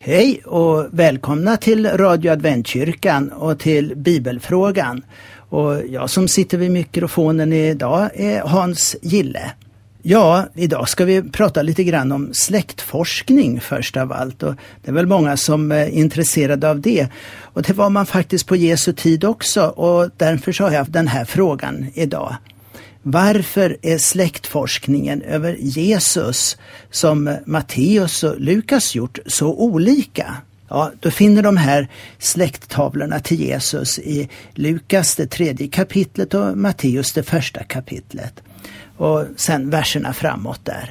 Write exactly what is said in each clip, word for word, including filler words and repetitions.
Hej och välkomna till Radio Adventkyrkan och till Bibelfrågan. Och jag som sitter vid mikrofonen idag är Hans Gille. Ja, idag ska vi prata lite grann om släktforskning först av allt. Och det är väl många som är intresserade av det. Och det var man faktiskt på Jesu tid också. Och därför så har jag den här frågan idag. Varför är släktforskningen över Jesus som Matteus och Lukas gjort så olika? Ja, då finner de här släkttavlorna till Jesus i Lukas det tredje kapitlet och Matteus det första kapitlet. Och sen verserna framåt där.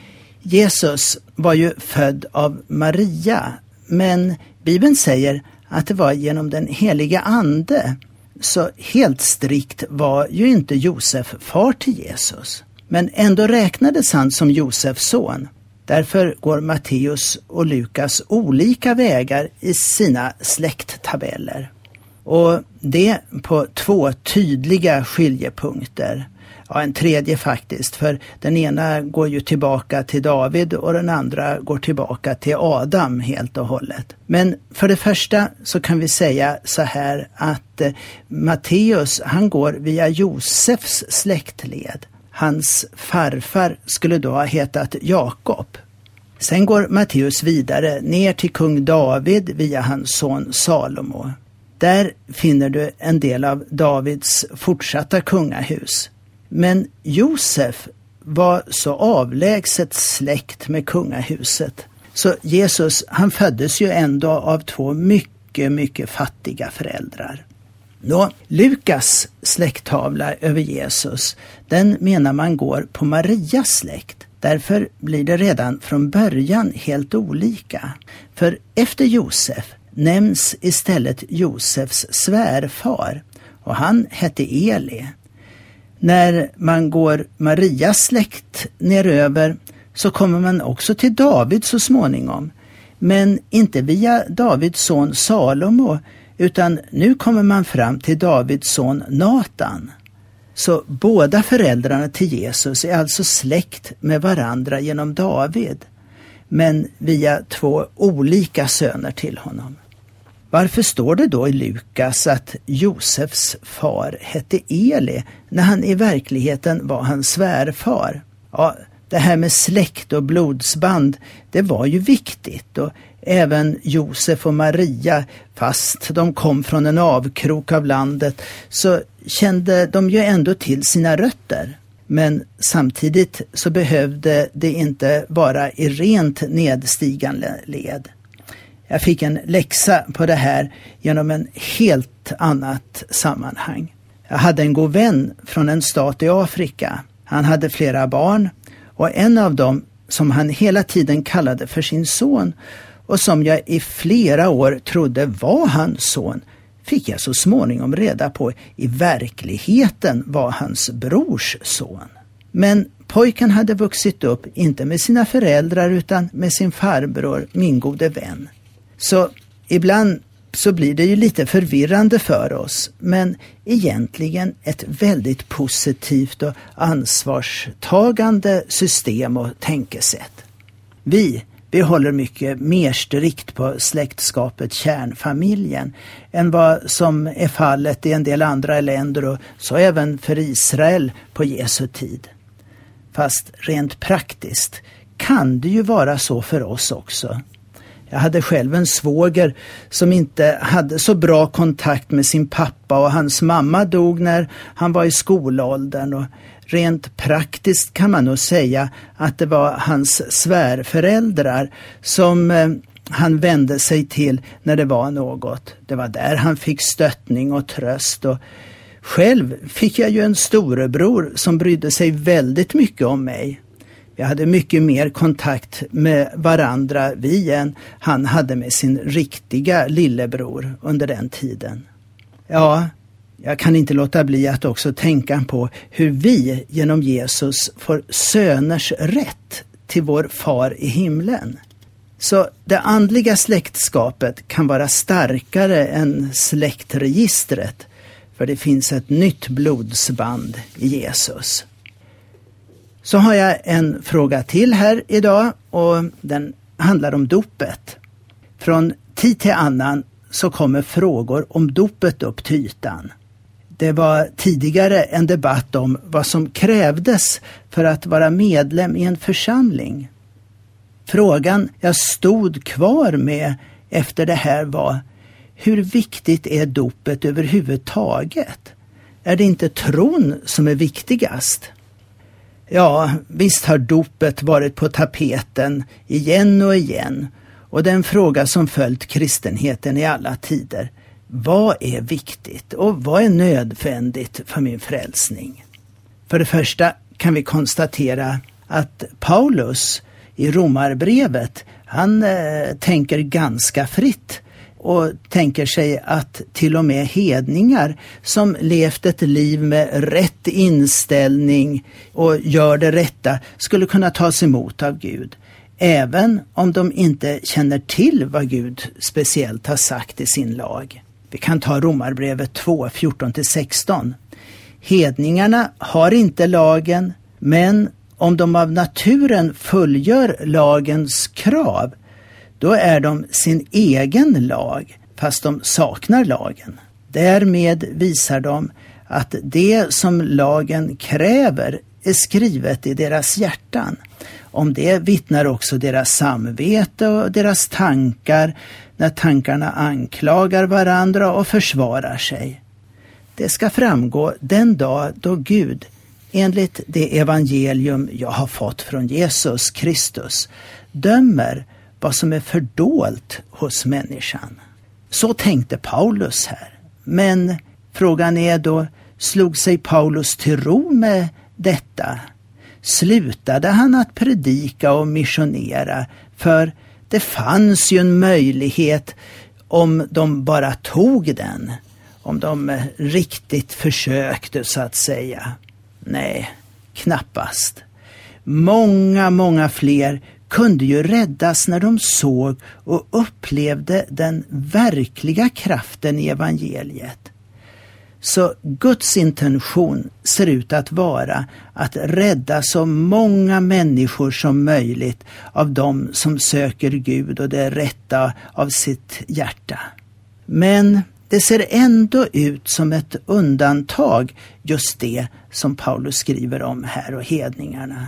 Jesus var ju född av Maria, men Bibeln säger att det var genom den heliga ande. Så helt strikt var ju inte Josef far till Jesus. Men ändå räknades han som Josefs son. Därför går Matteus och Lukas olika vägar i sina släkttabeller. Och det på två tydliga skiljepunkter. Ja, en tredje faktiskt, för den ena går ju tillbaka till David och den andra går tillbaka till Adam helt och hållet. Men för det första så kan vi säga så här att eh, Matteus han går via Josefs släktled. Hans farfar skulle då ha hetat Jakob. Sen går Matteus vidare ner till kung David via hans son Salomo. Där finner du en del av Davids fortsatta kungahus. Men Josef var så avlägset släkt med kungahuset. Så Jesus han föddes ju ändå av två mycket, mycket fattiga föräldrar. Nå, Lukas släkttavla över Jesus, den menar man går på Marias släkt. Därför blir det redan från början helt olika. För efter Josef nämns istället Josefs svärfar och han hette Eli. När man går Marias släkt neröver så kommer man också till David så småningom. Men inte via Davids son Salomo, utan nu kommer man fram till Davids son Natan. Så båda föräldrarna till Jesus är alltså släkt med varandra genom David, men via två olika söner till honom. Varför står det då i Lukas att Josefs far hette Eli när han i verkligheten var hans svärfar? Ja, det här med släkt och blodsband, det var ju viktigt. Och även Josef och Maria, fast de kom från en avkrok av landet, så kände de ju ändå till sina rötter. Men samtidigt så behövde det inte vara i rent nedstigande led. Jag fick en läxa på det här genom en helt annat sammanhang. Jag hade en god vän från en stat i Afrika. Han hade flera barn och en av dem som han hela tiden kallade för sin son och som jag i flera år trodde var hans son fick jag så småningom reda på i verkligheten var hans brors son. Men pojken hade vuxit upp inte med sina föräldrar utan med sin farbror, min gode vän. Så ibland så blir det ju lite förvirrande för oss, men egentligen ett väldigt positivt och ansvarstagande system och tänkesätt. Vi, vi håller mycket mer strikt på släktskapet kärnfamiljen än vad som är fallet i en del andra länder och så även för Israel på Jesu tid. Fast rent praktiskt kan det ju vara så för oss också. Jag hade själv en svåger som inte hade så bra kontakt med sin pappa och hans mamma dog när han var i skolåldern och rent praktiskt kan man nog säga att det var hans svärföräldrar som eh, han vände sig till när det var något. Det var där han fick stöttning och tröst och själv fick jag ju en storebror som brydde sig väldigt mycket om mig. Vi hade mycket mer kontakt med varandra vi än han hade med sin riktiga lillebror under den tiden. Ja, jag kan inte låta bli att också tänka på hur vi genom Jesus får söners rätt till vår far i himlen. Så det andliga släktskapet kan vara starkare än släktregistret, för det finns ett nytt blodsband i Jesus. Så har jag en fråga till här idag och den handlar om dopet. Från tid till annan så kommer frågor om dopet upp till ytan. Det var tidigare en debatt om vad som krävdes för att vara medlem i en församling. Frågan jag stod kvar med efter det här var: hur viktigt är dopet överhuvudtaget? Är det inte tron som är viktigast? Ja, visst har dopet varit på tapeten igen och igen. Och den fråga som följt kristenheten i alla tider: vad är viktigt och vad är nödvändigt för min frälsning? För det första kan vi konstatera att Paulus i Romarbrevet, han eh, tänker ganska fritt och tänker sig att till och med hedningar som levt ett liv med rätt inställning och gör det rätta skulle kunna tas emot av Gud, även om de inte känner till vad Gud speciellt har sagt i sin lag. Vi kan ta Romarbrevet två, fjorton till sexton. Hedningarna har inte lagen, men om de av naturen fullgör lagens krav, då är de sin egen lag, fast de saknar lagen. Därmed visar de att det som lagen kräver är skrivet i deras hjärtan. Om det vittnar också deras samvete och deras tankar, när tankarna anklagar varandra och försvarar sig. Det ska framgå den dag då Gud, enligt det evangelium jag har fått från Jesus Kristus, dömer vad som är fördolt hos människan. Så tänkte Paulus här. Men frågan är då, slog sig Paulus till ro med detta? Slutade han att predika och missionera? För det fanns ju en möjlighet om de bara tog den. Om de riktigt försökte, så att säga. Nej, knappast. Många, många fler kunde ju räddas när de såg och upplevde den verkliga kraften i evangeliet. Så Guds intention ser ut att vara att rädda så många människor som möjligt av dem som söker Gud och det rätta av sitt hjärta. Men det ser ändå ut som ett undantag, just det som Paulus skriver om här, och hedningarna.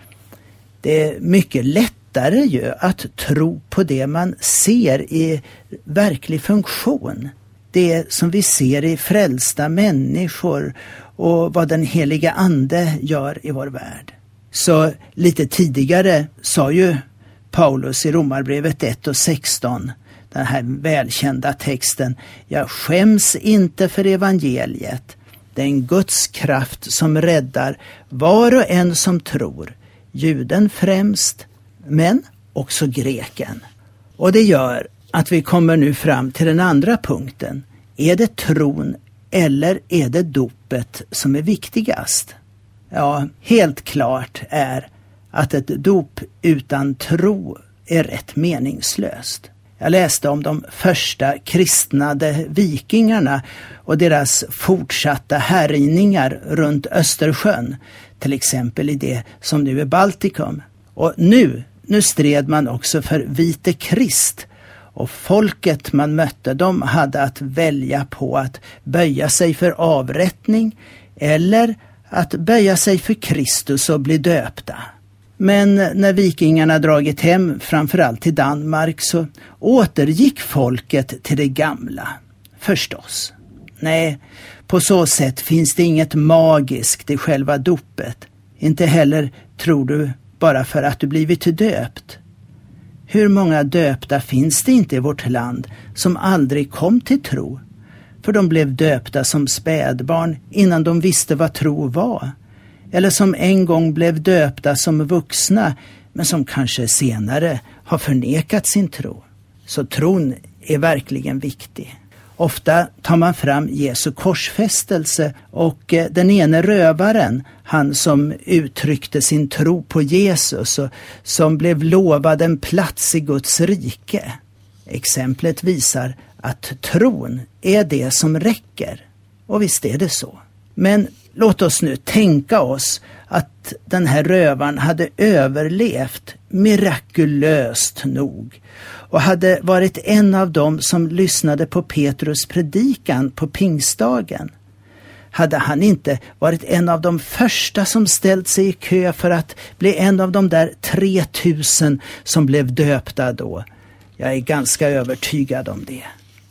Det är mycket lättare ju att tro på det man ser i verklig funktion. Det som vi ser i frälsta människor och vad den heliga ande gör i vår värld. Så lite tidigare sa ju Paulus i Romarbrevet ett och sexton, den här välkända texten: jag skäms inte för evangeliet. Det är en Guds kraft som räddar var och en som tror. Juden främst, men också greken. Och det gör att vi kommer nu fram till den andra punkten. Är det tron eller är det dopet som är viktigast? Ja, helt klart är att ett dop utan tro är rätt meningslöst. Jag läste om de första kristnade vikingarna och deras fortsatta härjningar runt Östersjön, till exempel i det som nu är Baltikum. Och nu, nu stred man också för vite Krist, och folket man mötte, de hade att välja på att böja sig för avrättning eller att böja sig för Kristus och bli döpta. Men när vikingarna dragit hem, framförallt till Danmark, så återgick folket till det gamla. Förstås. Nej, på så sätt finns det inget magiskt i själva dopet. Inte heller tror du bara för att du blivit döpt. Hur många döpta finns det inte i vårt land som aldrig kom till tro? För de blev döpta som spädbarn innan de visste vad tro var. Eller som en gång blev döpta som vuxna, men som kanske senare har förnekat sin tro. Så tron är verkligen viktig. Ofta tar man fram Jesu korsfästelse och den ene rövaren, han som uttryckte sin tro på Jesus och som blev lovad en plats i Guds rike. Exemplet visar att tron är det som räcker. Och visst är det så. Men Låt oss nu tänka oss att den här rövaren hade överlevt mirakulöst nog och hade varit en av dem som lyssnade på Petrus predikan på pingstdagen. Hade han inte varit en av de första som ställt sig i kö för att bli en av de där tre tusen som blev döpta då? Jag är ganska övertygad om det.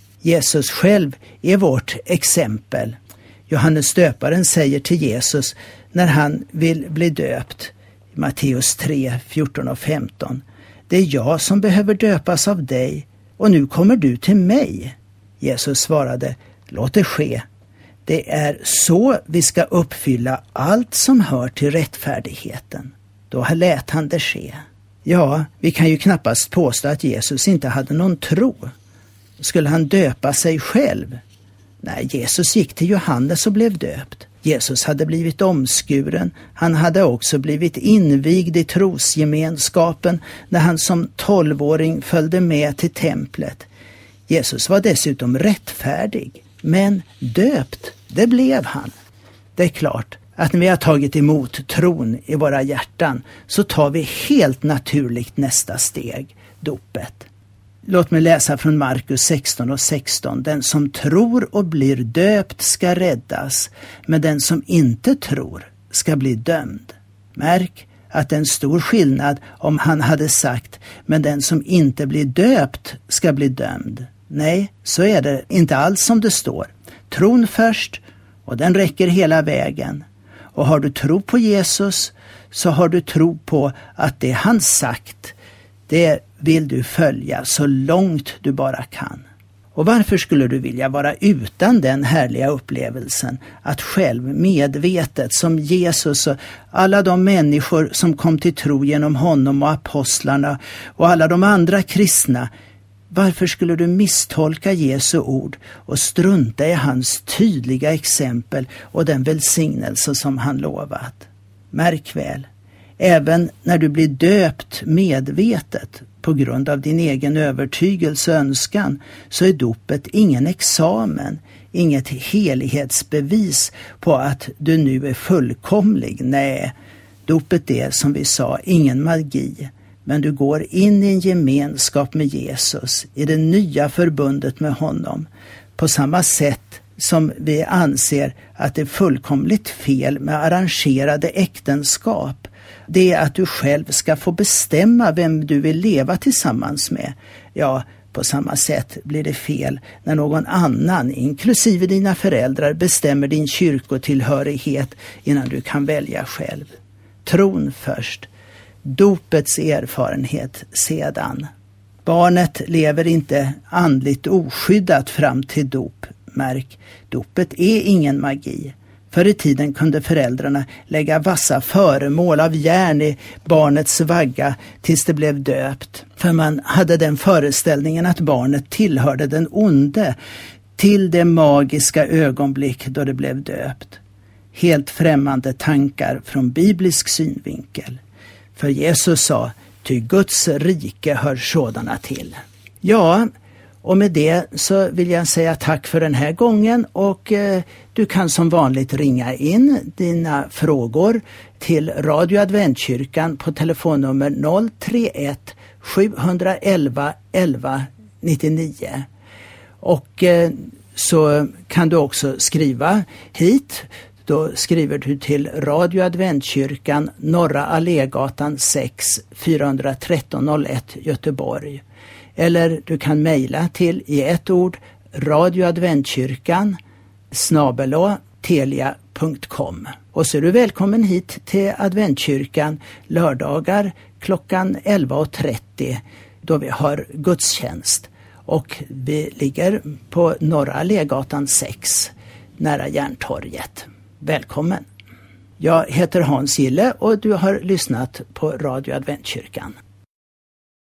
Jesus själv är vårt exempel. Johannes döparen säger till Jesus när han vill bli döpt, i Matteus tre, fjorton och femton: det är jag som behöver döpas av dig, och nu kommer du till mig. Jesus svarade: låt det ske. Det är så vi ska uppfylla allt som hör till rättfärdigheten. Då lät han det ske. Ja, vi kan ju knappast påstå att Jesus inte hade någon tro. Skulle han döpa sig själv? Nej, Jesus gick till Johannes och blev döpt. Jesus hade blivit omskuren. Han hade också blivit invigd i trosgemenskapen när han som tolvåring följde med till templet. Jesus var dessutom rättfärdig, men döpt, det blev han. Det är klart att när vi har tagit emot tron i våra hjärtan så tar vi helt naturligt nästa steg, dopet. Låt mig läsa från Markus sexton och sexton. Den som tror och blir döpt ska räddas, men den som inte tror ska bli dömd. Märk att det är en stor skillnad om han hade sagt, men den som inte blir döpt ska bli dömd. Nej, så är det inte alls som det står. Tron först, och den räcker hela vägen. Och har du tro på Jesus så har du tro på att det han sagt, det vill du följa så långt du bara kan. Och varför skulle du vilja vara utan den härliga upplevelsen att själv medvetet som Jesus och alla de människor som kom till tro genom honom och apostlarna och alla de andra kristna, varför skulle du misstolka Jesu ord och strunta i hans tydliga exempel och den välsignelse som han lovat? Märk väl, även när du blir döpt medvetet på grund av din egen övertygelse och önskan, så är dopet ingen examen, inget helighetsbevis på att du nu är fullkomlig. Nej, dopet är, som vi sa, ingen magi. Men du går in i en gemenskap med Jesus, i det nya förbundet med honom. På samma sätt som vi anser att det är fullkomligt fel med arrangerade äktenskap. Det är att du själv ska få bestämma vem du vill leva tillsammans med. Ja, på samma sätt blir det fel när någon annan, inklusive dina föräldrar, bestämmer din kyrkotillhörighet innan du kan välja själv. Tron först. Dopets erfarenhet sedan. Barnet lever inte andligt oskyddat fram till dop. Märk, dopet är ingen magi. Förr i tiden kunde föräldrarna lägga vassa föremål av järn i barnets vagga tills det blev döpt. För man hade den föreställningen att barnet tillhörde den onde till det magiska ögonblick då det blev döpt. Helt främmande tankar från biblisk synvinkel. För Jesus sa, ty Guds rike hör sådana till. Ja, och med det så vill jag säga tack för den här gången, och eh, du kan som vanligt ringa in dina frågor till Radio Adventkyrkan på telefonnummer noll tre ett sju ett ett elva nittionio. Och eh, så kan du också skriva hit. Då skriver du till Radio Adventkyrkan, Norra Allégatan sex, fyrahundratretton noll ett Göteborg. Eller du kan mejla till i ett ord radioadventkyrkan snabel-a telia punkt com. Och så är du välkommen hit till Adventkyrkan lördagar klockan elva och trettio då vi har gudstjänst. Och vi ligger på Norra Allégatan sex nära Järntorget. Välkommen! Jag heter Hans Gille och du har lyssnat på Radio Adventkyrkan.